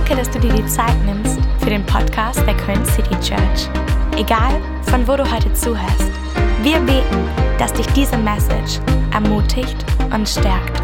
Danke, dass du dir die Zeit nimmst für den Podcast der Köln City Church. Egal, von wo du heute zuhörst, wir beten, dass dich diese Message ermutigt und stärkt.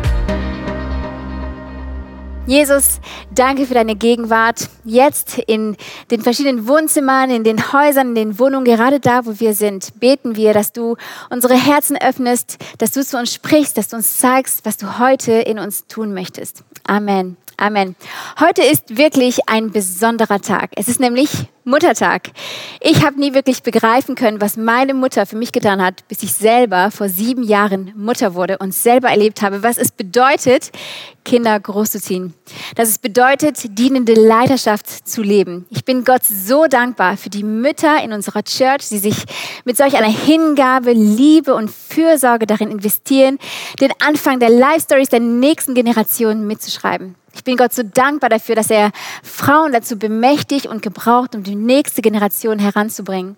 Jesus, danke für deine Gegenwart, jetzt in den verschiedenen Wohnzimmern, in den Häusern, in den Wohnungen, gerade da, wo wir sind, beten wir, dass du unsere Herzen öffnest, dass du zu uns sprichst, dass du uns zeigst, was du heute in uns tun möchtest. Amen. Amen. Heute ist wirklich ein besonderer Tag. Es ist nämlich Muttertag. Ich habe nie wirklich begreifen können, was meine Mutter für mich getan hat, bis ich selber vor 7 Jahren Mutter wurde und selber erlebt habe, was es bedeutet, Kinder großzuziehen. Dass es bedeutet, dienende Leiterschaft zu leben. Ich bin Gott so dankbar für die Mütter in unserer Church, die sich mit solch einer Hingabe, Liebe und Fürsorge darin investieren, den Anfang der Life Stories der nächsten Generation mitzuschreiben. Ich bin Gott so dankbar dafür, dass er Frauen dazu bemächtigt und gebraucht, um die nächste Generation heranzubringen.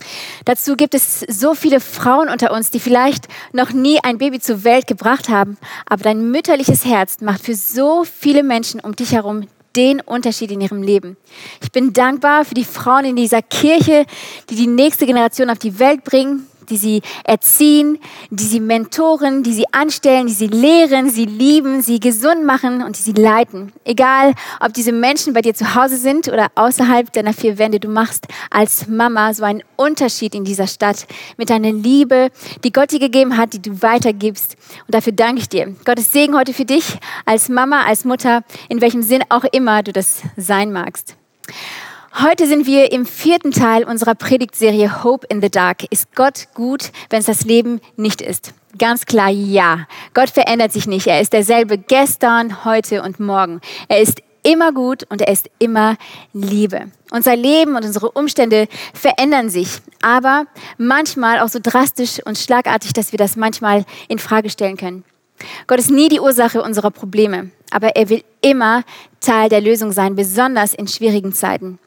Dazu gibt es so viele Frauen unter uns, die vielleicht noch nie ein Baby zur Welt gebracht haben, aber dein mütterliches Herz macht für so viele Menschen um dich herum den Unterschied in ihrem Leben. Ich bin dankbar für die Frauen in dieser Kirche, die die nächste Generation auf die Welt bringen, die sie erziehen, die sie mentoren, die sie anstellen, die sie lehren, sie lieben, sie gesund machen und die sie leiten. Egal, ob diese Menschen bei dir zu Hause sind oder außerhalb deiner 4 Wände, du machst als Mama so einen Unterschied in dieser Stadt mit deiner Liebe, die Gott dir gegeben hat, die du weitergibst. Und dafür danke ich dir. Gottes Segen heute für dich als Mama, als Mutter, in welchem Sinn auch immer du das sein magst. Heute sind wir im 4. Teil unserer Predigtserie Hope in the Dark. Ist Gott gut, wenn es das Leben nicht ist? Ganz klar ja. Gott verändert sich nicht. Er ist derselbe gestern, heute und morgen. Er ist immer gut und er ist immer Liebe. Unser Leben und unsere Umstände verändern sich, aber manchmal auch so drastisch und schlagartig, dass wir das manchmal in Frage stellen können. Gott ist nie die Ursache unserer Probleme, aber er will immer Teil der Lösung sein, besonders in schwierigen Zeiten.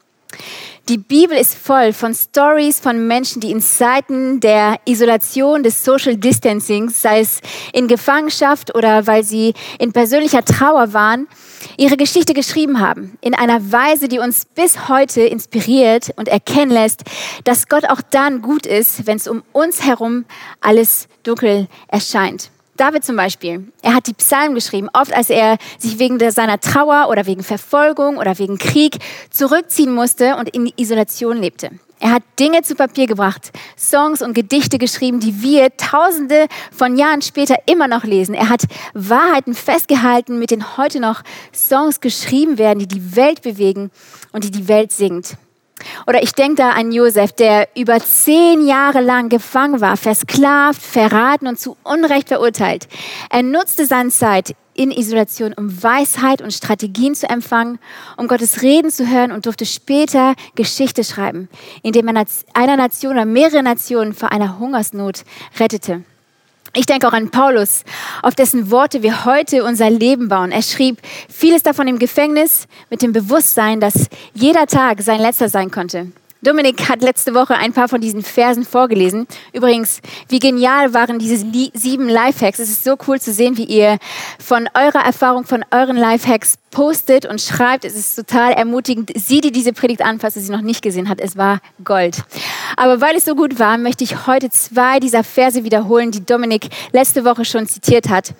Die Bibel ist voll von Stories von Menschen, die in Zeiten der Isolation, des Social Distancings, sei es in Gefangenschaft oder weil sie in persönlicher Trauer waren, ihre Geschichte geschrieben haben. In einer Weise, die uns bis heute inspiriert und erkennen lässt, dass Gott auch dann gut ist, wenn es um uns herum alles dunkel erscheint. David zum Beispiel, er hat die Psalmen geschrieben, oft als er sich wegen seiner Trauer oder wegen Verfolgung oder wegen Krieg zurückziehen musste und in Isolation lebte. Er hat Dinge zu Papier gebracht, Songs und Gedichte geschrieben, die wir Tausende von Jahren später immer noch lesen. Er hat Wahrheiten festgehalten, mit denen heute noch Songs geschrieben werden, die die Welt bewegen und die die Welt singt. Oder ich denke da an Josef, der über 10 Jahre lang gefangen war, versklavt, verraten und zu Unrecht verurteilt. Er nutzte seine Zeit in Isolation, um Weisheit und Strategien zu empfangen, um Gottes Reden zu hören und durfte später Geschichte schreiben, indem er einer Nation oder mehrere Nationen vor einer Hungersnot rettete. Ich denke auch an Paulus, auf dessen Worte wir heute unser Leben bauen. Er schrieb vieles davon im Gefängnis mit dem Bewusstsein, dass jeder Tag sein letzter sein konnte. Dominik hat letzte Woche ein paar von diesen Versen vorgelesen. Übrigens, wie genial waren diese 7 Lifehacks. Es ist so cool zu sehen, wie ihr von eurer Erfahrung, von euren Lifehacks postet und schreibt. Es ist total ermutigend. Sieh dir diese Predigt an, falls du sie noch nicht gesehen hast. Es war Gold. Aber weil es so gut war, möchte ich heute 2 dieser Verse wiederholen, die Dominik letzte Woche schon zitiert hat.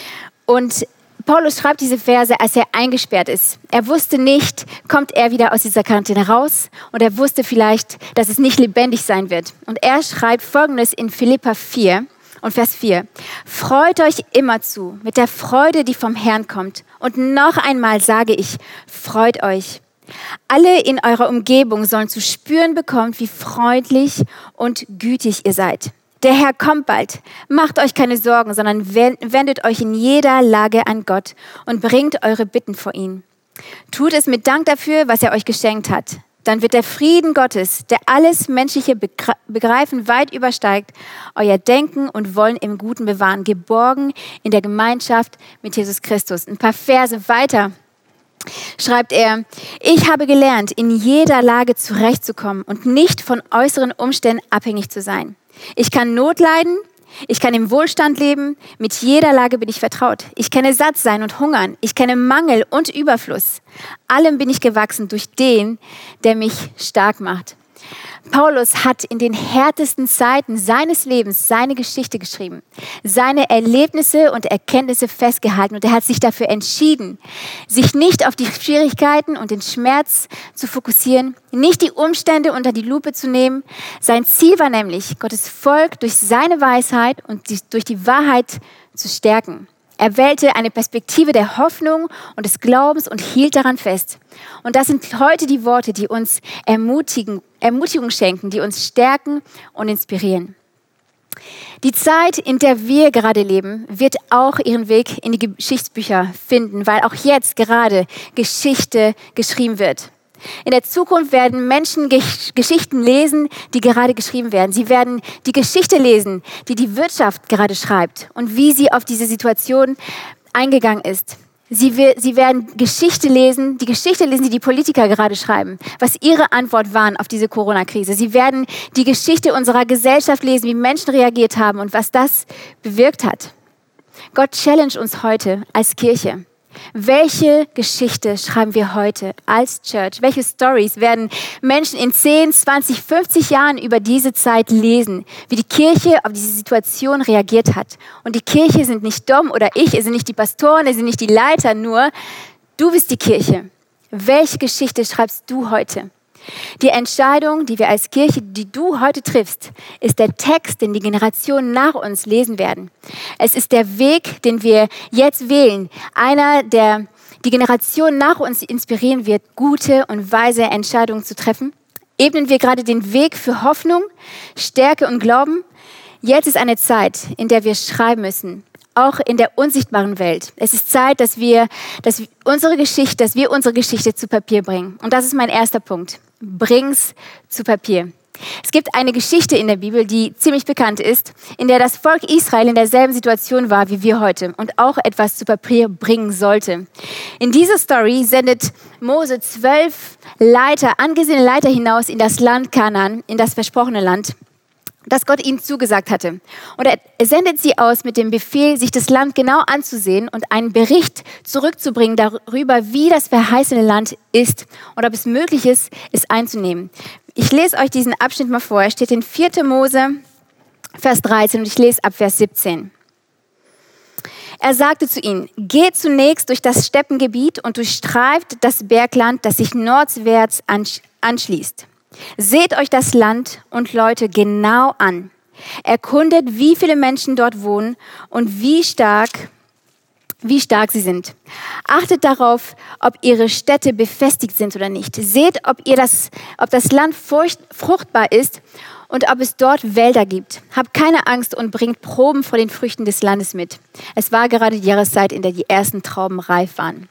Und Paulus schreibt diese Verse, als er eingesperrt ist. Er wusste nicht, kommt er wieder aus dieser Quarantäne raus? Und er wusste vielleicht, dass es nicht lebendig sein wird. Und er schreibt Folgendes in Philipper 4 und Vers 4. Freut euch immerzu mit der Freude, die vom Herrn kommt. Und noch einmal sage ich, freut euch. Alle in eurer Umgebung sollen zu spüren bekommen, wie freundlich und gütig ihr seid. Der Herr kommt bald. Macht euch keine Sorgen, sondern wendet euch in jeder Lage an Gott und bringt eure Bitten vor ihn. Tut es mit Dank dafür, was er euch geschenkt hat. Dann wird der Frieden Gottes, der alles menschliche Begreifen weit übersteigt, euer Denken und Wollen im Guten bewahren, geborgen in der Gemeinschaft mit Jesus Christus. Ein paar Verse weiter schreibt er, ich habe gelernt, in jeder Lage zurechtzukommen und nicht von äußeren Umständen abhängig zu sein. Ich kann Not leiden, Ich kann im Wohlstand leben, mit jeder Lage bin ich vertraut. Ich kenne Sattsein und Hungern, ich kenne Mangel und Überfluss. Allem bin ich gewachsen durch den, der mich stark macht. Paulus hat in den härtesten Zeiten seines Lebens seine Geschichte geschrieben, seine Erlebnisse und Erkenntnisse festgehalten und er hat sich dafür entschieden, sich nicht auf die Schwierigkeiten und den Schmerz zu fokussieren, nicht die Umstände unter die Lupe zu nehmen. Sein Ziel war nämlich, Gottes Volk durch seine Weisheit und durch die Wahrheit zu stärken. Er wählte eine Perspektive der Hoffnung und des Glaubens und hielt daran fest. Und das sind heute die Worte, die uns Ermutigung schenken, die uns stärken und inspirieren. Die Zeit, in der wir gerade leben, wird auch ihren Weg in die Geschichtsbücher finden, weil auch jetzt gerade Geschichte geschrieben wird. In der Zukunft werden Menschen Geschichten lesen, die gerade geschrieben werden. Sie werden die Geschichte lesen, die die Wirtschaft gerade schreibt und wie sie auf diese Situation eingegangen ist. Sie werden die Geschichte lesen, die die Politiker gerade schreiben, was ihre Antwort waren auf diese Corona-Krise. Sie werden die Geschichte unserer Gesellschaft lesen, wie Menschen reagiert haben und was das bewirkt hat. Gott challenge uns heute als Kirche. Welche Geschichte schreiben wir heute als Church? Welche Stories werden Menschen in 10, 20, 50 Jahren über diese Zeit lesen, wie die Kirche auf diese Situation reagiert hat? Und die Kirche sind nicht Dom oder ich, es sind nicht die Pastoren, es sind nicht die Leiter, nur du bist die Kirche. Welche Geschichte schreibst du heute? Die Entscheidung, die wir als Kirche, die du heute triffst, ist der Text, den die Generationen nach uns lesen werden. Es ist der Weg, den wir jetzt wählen. Einer, der die Generation nach uns inspirieren wird, gute und weise Entscheidungen zu treffen. Ebnen wir gerade den Weg für Hoffnung, Stärke und Glauben. Jetzt ist eine Zeit, in der wir schreiben müssen. Auch in der unsichtbaren Welt. Es ist Zeit, dass wir unsere Geschichte zu Papier bringen. Und das ist mein erster Punkt. Bring's zu Papier. Es gibt eine Geschichte in der Bibel, die ziemlich bekannt ist, in der das Volk Israel in derselben Situation war wie wir heute und auch etwas zu Papier bringen sollte. In dieser Story sendet Mose 12 angesehene Leiter hinaus in das Land Kanaan, in das versprochene Land, das Gott ihnen zugesagt hatte. Und er sendet sie aus mit dem Befehl, sich das Land genau anzusehen und einen Bericht zurückzubringen darüber, wie das verheißene Land ist und ob es möglich ist, es einzunehmen. Ich lese euch diesen Abschnitt mal vor. Er steht in 4. Mose, Vers 13 und ich lese ab Vers 17. Er sagte zu ihnen, geht zunächst durch das Steppengebiet und durchstreift das Bergland, das sich nordwärts anschließt. Seht euch das Land und Leute genau an. Erkundet, wie viele Menschen dort wohnen und wie stark sie sind. Achtet darauf, ob ihre Städte befestigt sind oder nicht. Seht, ob das Land fruchtbar ist und ob es dort Wälder gibt. Habt keine Angst und bringt Proben von den Früchten des Landes mit. Es war gerade die Jahreszeit, in der die ersten Trauben reif waren.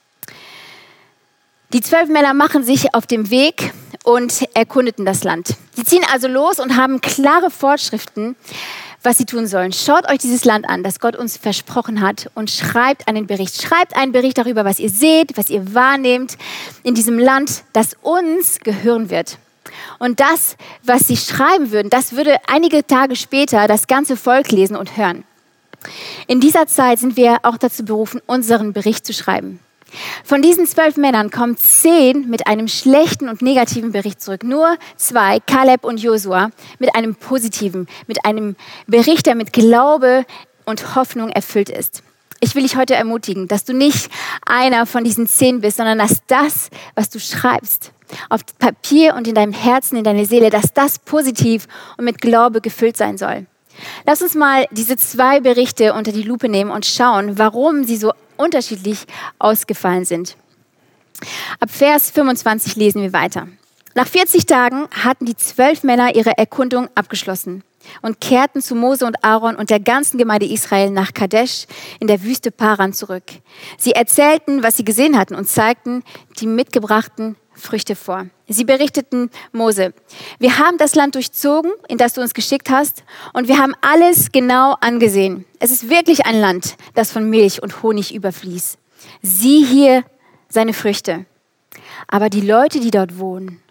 Die 12 Männer machen sich auf den Weg und erkundeten das Land. Sie ziehen also los und haben klare Vorschriften, was sie tun sollen. Schaut euch dieses Land an, das Gott uns versprochen hat und schreibt einen Bericht. Schreibt einen Bericht darüber, was ihr seht, was ihr wahrnehmt in diesem Land, das uns gehören wird. Und das, was sie schreiben würden, das würde einige Tage später das ganze Volk lesen und hören. In dieser Zeit sind wir auch dazu berufen, unseren Bericht zu schreiben. Von diesen 12 Männern kommen 10 mit einem schlechten und negativen Bericht zurück. Nur 2, Kaleb und Josua, mit einem positiven, mit einem Bericht, der mit Glaube und Hoffnung erfüllt ist. Ich will dich heute ermutigen, dass du nicht einer von diesen 10 bist, sondern dass das, was du schreibst, auf Papier und in deinem Herzen, in deiner Seele, dass das positiv und mit Glaube gefüllt sein soll. Lass uns mal diese 2 Berichte unter die Lupe nehmen und schauen, warum sie so unterschiedlich ausgefallen sind. Ab Vers 25 lesen wir weiter. Nach 40 Tagen hatten die 12 Männer ihre Erkundung abgeschlossen und kehrten zu Mose und Aaron und der ganzen Gemeinde Israel nach Kadesh in der Wüste Paran zurück. Sie erzählten, was sie gesehen hatten und zeigten die mitgebrachten Früchte vor. Sie berichteten Mose, wir haben das Land durchzogen, in das du uns geschickt hast, und wir haben alles genau angesehen. Es ist wirklich ein Land, das von Milch und Honig überfließt. Sieh hier seine Früchte. Aber die Leute, die dort wohnen,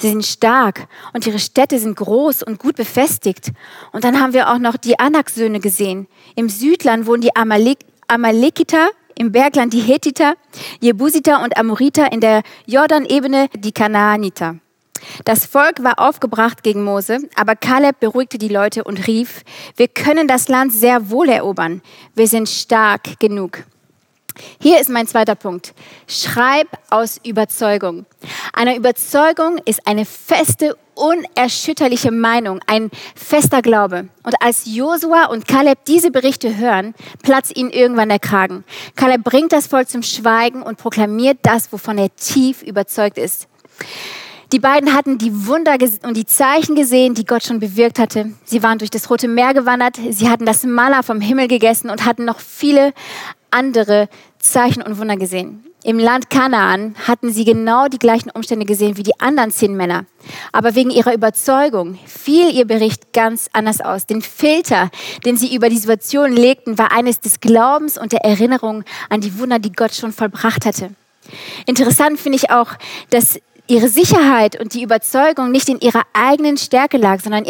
Sie sind stark und ihre Städte sind groß und gut befestigt. Und dann haben wir auch noch die Anak-Söhne gesehen. Im Südland wohnen die Amalekiter, im Bergland die Hethiter, Jebusiter und Amoriter, in der Jordanebene die Kanaaniter. Das Volk war aufgebracht gegen Mose, aber Kaleb beruhigte die Leute und rief, wir können das Land sehr wohl erobern. Wir sind stark genug. Hier ist mein zweiter Punkt. Schreib aus Überzeugung. Eine Überzeugung ist eine feste, unerschütterliche Meinung, ein fester Glaube. Und als Josua und Kaleb diese Berichte hören, platzt ihnen irgendwann der Kragen. Kaleb bringt das Volk zum Schweigen und proklamiert das, wovon er tief überzeugt ist. Die beiden hatten die Wunder und die Zeichen gesehen, die Gott schon bewirkt hatte. Sie waren durch das Rote Meer gewandert, sie hatten das Manna vom Himmel gegessen und hatten noch viele andere Zeichen und Wunder gesehen. Im Land Kanaan hatten sie genau die gleichen Umstände gesehen wie die anderen 10 Männer. Aber wegen ihrer Überzeugung fiel ihr Bericht ganz anders aus. Den Filter, den sie über die Situation legten, war eines des Glaubens und der Erinnerung an die Wunder, die Gott schon vollbracht hatte. Interessant finde ich auch, dass ihre Sicherheit und die Überzeugung nicht in ihrer eigenen Stärke lag, sondern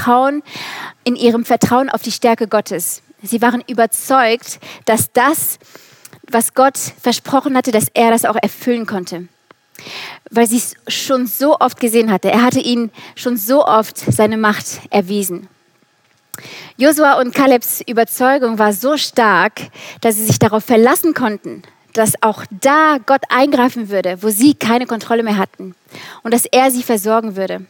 in ihrem Vertrauen auf die Stärke Gottes. Sie waren überzeugt, dass das, was Gott versprochen hatte, dass er das auch erfüllen konnte. Weil sie es schon so oft gesehen hatte. Er hatte ihnen schon so oft seine Macht erwiesen. Josua und Kalebs Überzeugung war so stark, dass sie sich darauf verlassen konnten, dass auch da Gott eingreifen würde, wo sie keine Kontrolle mehr hatten und dass er sie versorgen würde.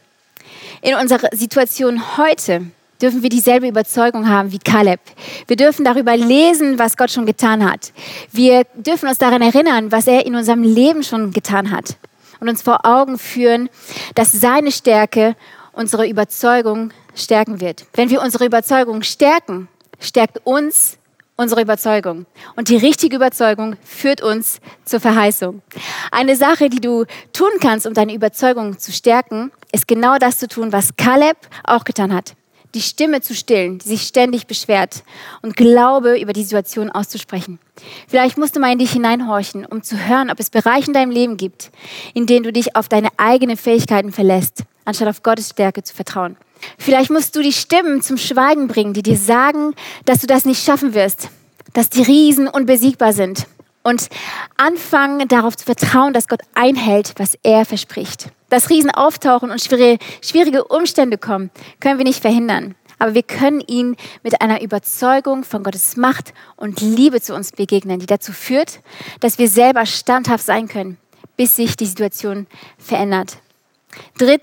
In unserer Situation heute dürfen wir dieselbe Überzeugung haben wie Kaleb. Wir dürfen darüber lesen, was Gott schon getan hat. Wir dürfen uns daran erinnern, was er in unserem Leben schon getan hat und uns vor Augen führen, dass seine Stärke unsere Überzeugung stärken wird. Wenn wir unsere Überzeugung stärken, stärkt uns unsere Überzeugung. Und die richtige Überzeugung führt uns zur Verheißung. Eine Sache, die du tun kannst, um deine Überzeugung zu stärken, ist genau das zu tun, was Kaleb auch getan hat. Die Stimme zu stillen, die sich ständig beschwert und Glaube über die Situation auszusprechen. Vielleicht musst du mal in dich hineinhorchen, um zu hören, ob es Bereiche in deinem Leben gibt, in denen du dich auf deine eigenen Fähigkeiten verlässt, anstatt auf Gottes Stärke zu vertrauen. Vielleicht musst du die Stimmen zum Schweigen bringen, die dir sagen, dass du das nicht schaffen wirst, dass die Riesen unbesiegbar sind und anfangen darauf zu vertrauen, dass Gott einhält, was er verspricht. Dass Riesen auftauchen und schwierige Umstände kommen, können wir nicht verhindern. Aber wir können ihnen mit einer Überzeugung von Gottes Macht und Liebe zu uns begegnen, die dazu führt, dass wir selber standhaft sein können, bis sich die Situation verändert. 3.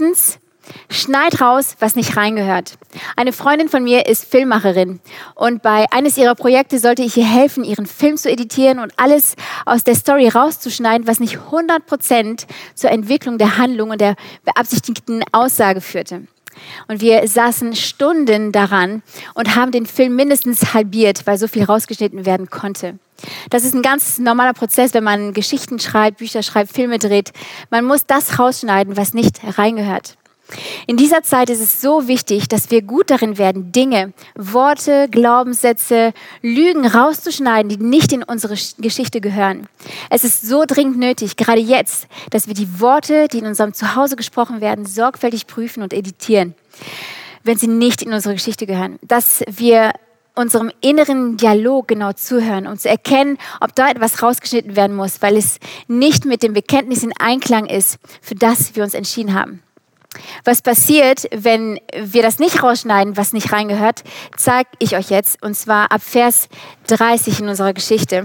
Schneid raus, was nicht reingehört. Eine Freundin von mir ist Filmmacherin und bei eines ihrer Projekte sollte ich ihr helfen, ihren Film zu editieren und alles aus der Story rauszuschneiden, was nicht 100% zur Entwicklung der Handlung und der beabsichtigten Aussage führte. Und wir saßen Stunden daran und haben den Film mindestens halbiert, weil so viel rausgeschnitten werden konnte. Das ist ein ganz normaler Prozess, wenn man Geschichten schreibt, Bücher schreibt, Filme dreht. Man muss das rausschneiden, was nicht reingehört. In dieser Zeit ist es so wichtig, dass wir gut darin werden, Dinge, Worte, Glaubenssätze, Lügen rauszuschneiden, die nicht in unsere Geschichte gehören. Es ist so dringend nötig, gerade jetzt, dass wir die Worte, die in unserem Zuhause gesprochen werden, sorgfältig prüfen und editieren, wenn sie nicht in unsere Geschichte gehören. Dass wir unserem inneren Dialog genau zuhören, um zu erkennen, ob da etwas rausgeschnitten werden muss, weil es nicht mit dem Bekenntnis in Einklang ist, für das wir uns entschieden haben. Was passiert, wenn wir das nicht rausschneiden, was nicht reingehört, zeige ich euch jetzt, und zwar ab Vers 30 in unserer Geschichte.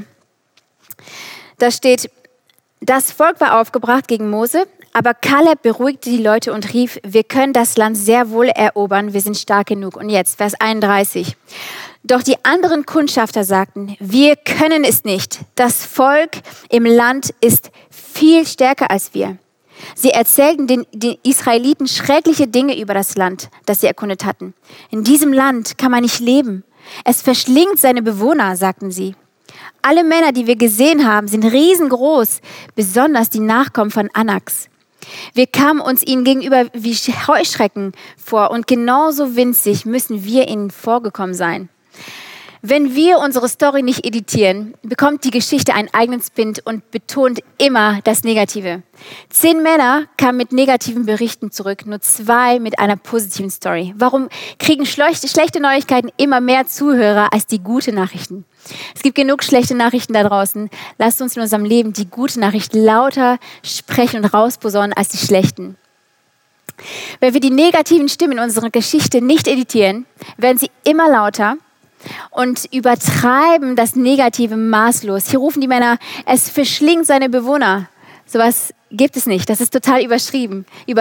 Da steht, das Volk war aufgebracht gegen Mose, aber Kaleb beruhigte die Leute und rief, wir können das Land sehr wohl erobern, wir sind stark genug. Und jetzt, Vers 31. Doch die anderen Kundschafter sagten, wir können es nicht. Das Volk im Land ist viel stärker als wir. Sie erzählten den Israeliten schreckliche Dinge über das Land, das sie erkundet hatten. In diesem Land kann man nicht leben. Es verschlingt seine Bewohner, sagten sie. Alle Männer, die wir gesehen haben, sind riesengroß, besonders die Nachkommen von Anaks. Wir kamen uns ihnen gegenüber wie Heuschrecken vor und genauso winzig müssen wir ihnen vorgekommen sein. Wenn wir unsere Story nicht editieren, bekommt die Geschichte einen eigenen Spin und betont immer das Negative. 10 Männer kamen mit negativen Berichten zurück, nur 2 mit einer positiven Story. Warum kriegen schlechte Neuigkeiten immer mehr Zuhörer als die guten Nachrichten? Es gibt genug schlechte Nachrichten da draußen. Lasst uns in unserem Leben die gute Nachricht lauter sprechen und rausposaunen als die schlechten. Wenn wir die negativen Stimmen in unserer Geschichte nicht editieren, werden sie immer lauter und übertreiben das Negative maßlos. Hier rufen die Männer, es verschlingt seine Bewohner. Sowas gibt es nicht. Das ist total übertrieben.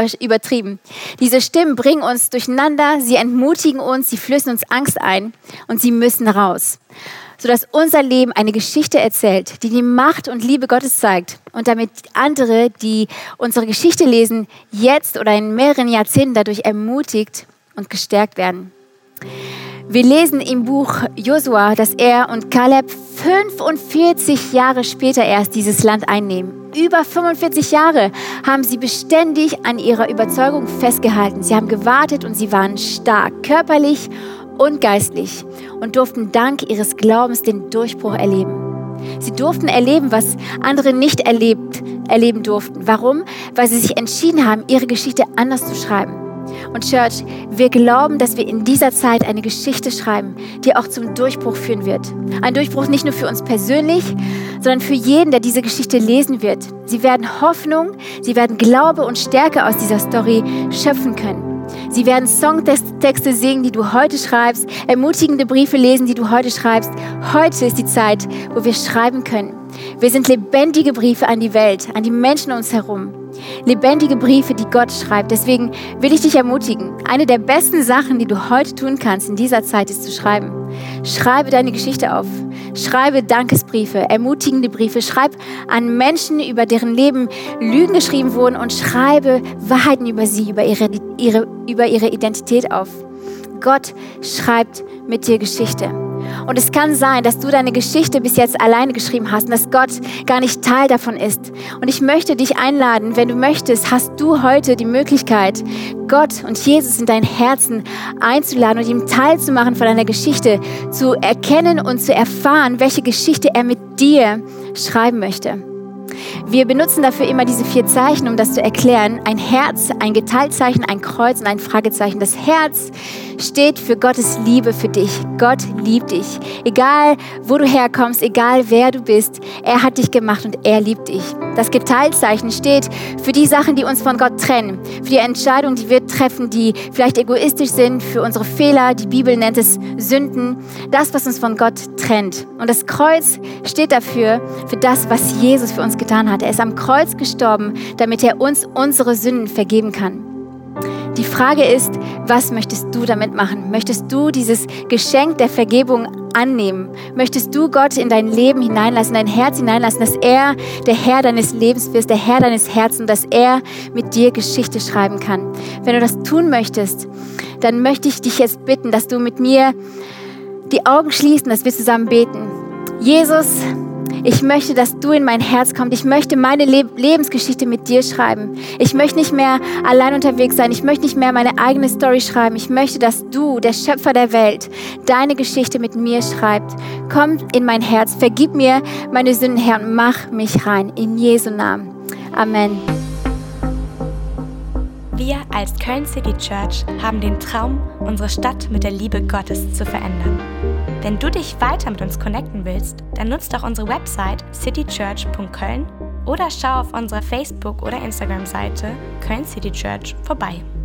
Diese Stimmen bringen uns durcheinander, sie entmutigen uns, sie flößen uns Angst ein und sie müssen raus. Sodass unser Leben eine Geschichte erzählt, die die Macht und Liebe Gottes zeigt und damit andere, die unsere Geschichte lesen, jetzt oder in mehreren Jahrzehnten dadurch ermutigt und gestärkt werden. Wir lesen im Buch Josua, dass er und Kaleb 45 Jahre später erst dieses Land einnehmen. Über 45 Jahre haben sie beständig an ihrer Überzeugung festgehalten. Sie haben gewartet und sie waren stark, körperlich und geistlich und durften dank ihres Glaubens den Durchbruch erleben. Sie durften erleben, was andere nicht erleben durften. Warum? Weil sie sich entschieden haben, ihre Geschichte anders zu schreiben. Und Church, wir glauben, dass wir in dieser Zeit eine Geschichte schreiben, die auch zum Durchbruch führen wird. Ein Durchbruch nicht nur für uns persönlich, sondern für jeden, der diese Geschichte lesen wird. Sie werden Hoffnung, sie werden Glaube und Stärke aus dieser Story schöpfen können. Sie werden Songtexte singen, die du heute schreibst, ermutigende Briefe lesen, die du heute schreibst. Heute ist die Zeit, wo wir schreiben können. Wir sind lebendige Briefe an die Welt, an die Menschen um uns herum. Lebendige Briefe, die Gott schreibt. Deswegen will ich dich ermutigen. Eine der besten Sachen, die du heute tun kannst in dieser Zeit, ist zu schreiben. Schreibe deine Geschichte auf. Schreibe Dankesbriefe, ermutigende Briefe. Schreib an Menschen, über deren Leben Lügen geschrieben wurden und schreibe Wahrheiten über sie, über ihre Identität auf. Gott schreibt mit dir Geschichte. Und es kann sein, dass du deine Geschichte bis jetzt alleine geschrieben hast und dass Gott gar nicht Teil davon ist. Und ich möchte dich einladen, wenn du möchtest, hast du heute die Möglichkeit, Gott und Jesus in dein Herzen einzuladen und ihm teilzumachen von deiner Geschichte, zu erkennen und zu erfahren, welche Geschichte er mit dir schreiben möchte. Wir benutzen dafür immer diese 4 Zeichen, um das zu erklären. Ein Herz, ein Geteiltzeichen, ein Kreuz und ein Fragezeichen. Das Herz steht für Gottes Liebe für dich. Gott liebt dich. Egal, wo du herkommst, egal, wer du bist, er hat dich gemacht und er liebt dich. Das Geteiltzeichen steht für die Sachen, die uns von Gott trennen. Für die Entscheidungen, die wir treffen, die vielleicht egoistisch sind, für unsere Fehler. Die Bibel nennt es Sünden. Das, was uns von Gott trennt. Und das Kreuz steht dafür, für das, was Jesus für uns getan hat. Er ist am Kreuz gestorben, damit er uns unsere Sünden vergeben kann. Die Frage ist, was möchtest du damit machen? Möchtest du dieses Geschenk der Vergebung annehmen? Möchtest du Gott in dein Leben hineinlassen, dein Herz hineinlassen, dass er der Herr deines Lebens wird, der Herr deines Herzens, dass er mit dir Geschichte schreiben kann? Wenn du das tun möchtest, dann möchte ich dich jetzt bitten, dass du mit mir die Augen schließt und dass wir zusammen beten. Jesus, ich möchte, dass du in mein Herz kommst. Ich möchte meine Lebensgeschichte mit dir schreiben. Ich möchte nicht mehr allein unterwegs sein. Ich möchte nicht mehr meine eigene Story schreiben. Ich möchte, dass du, der Schöpfer der Welt, deine Geschichte mit mir schreibst. Komm in mein Herz, vergib mir meine Sünden, Herr, und mach mich rein. In Jesu Namen. Amen. Wir als Köln City Church haben den Traum, unsere Stadt mit der Liebe Gottes zu verändern. Wenn du dich weiter mit uns connecten willst, dann nutzt doch unsere Website citychurch.köln oder schau auf unserer Facebook- oder Instagram-Seite Köln City Church vorbei.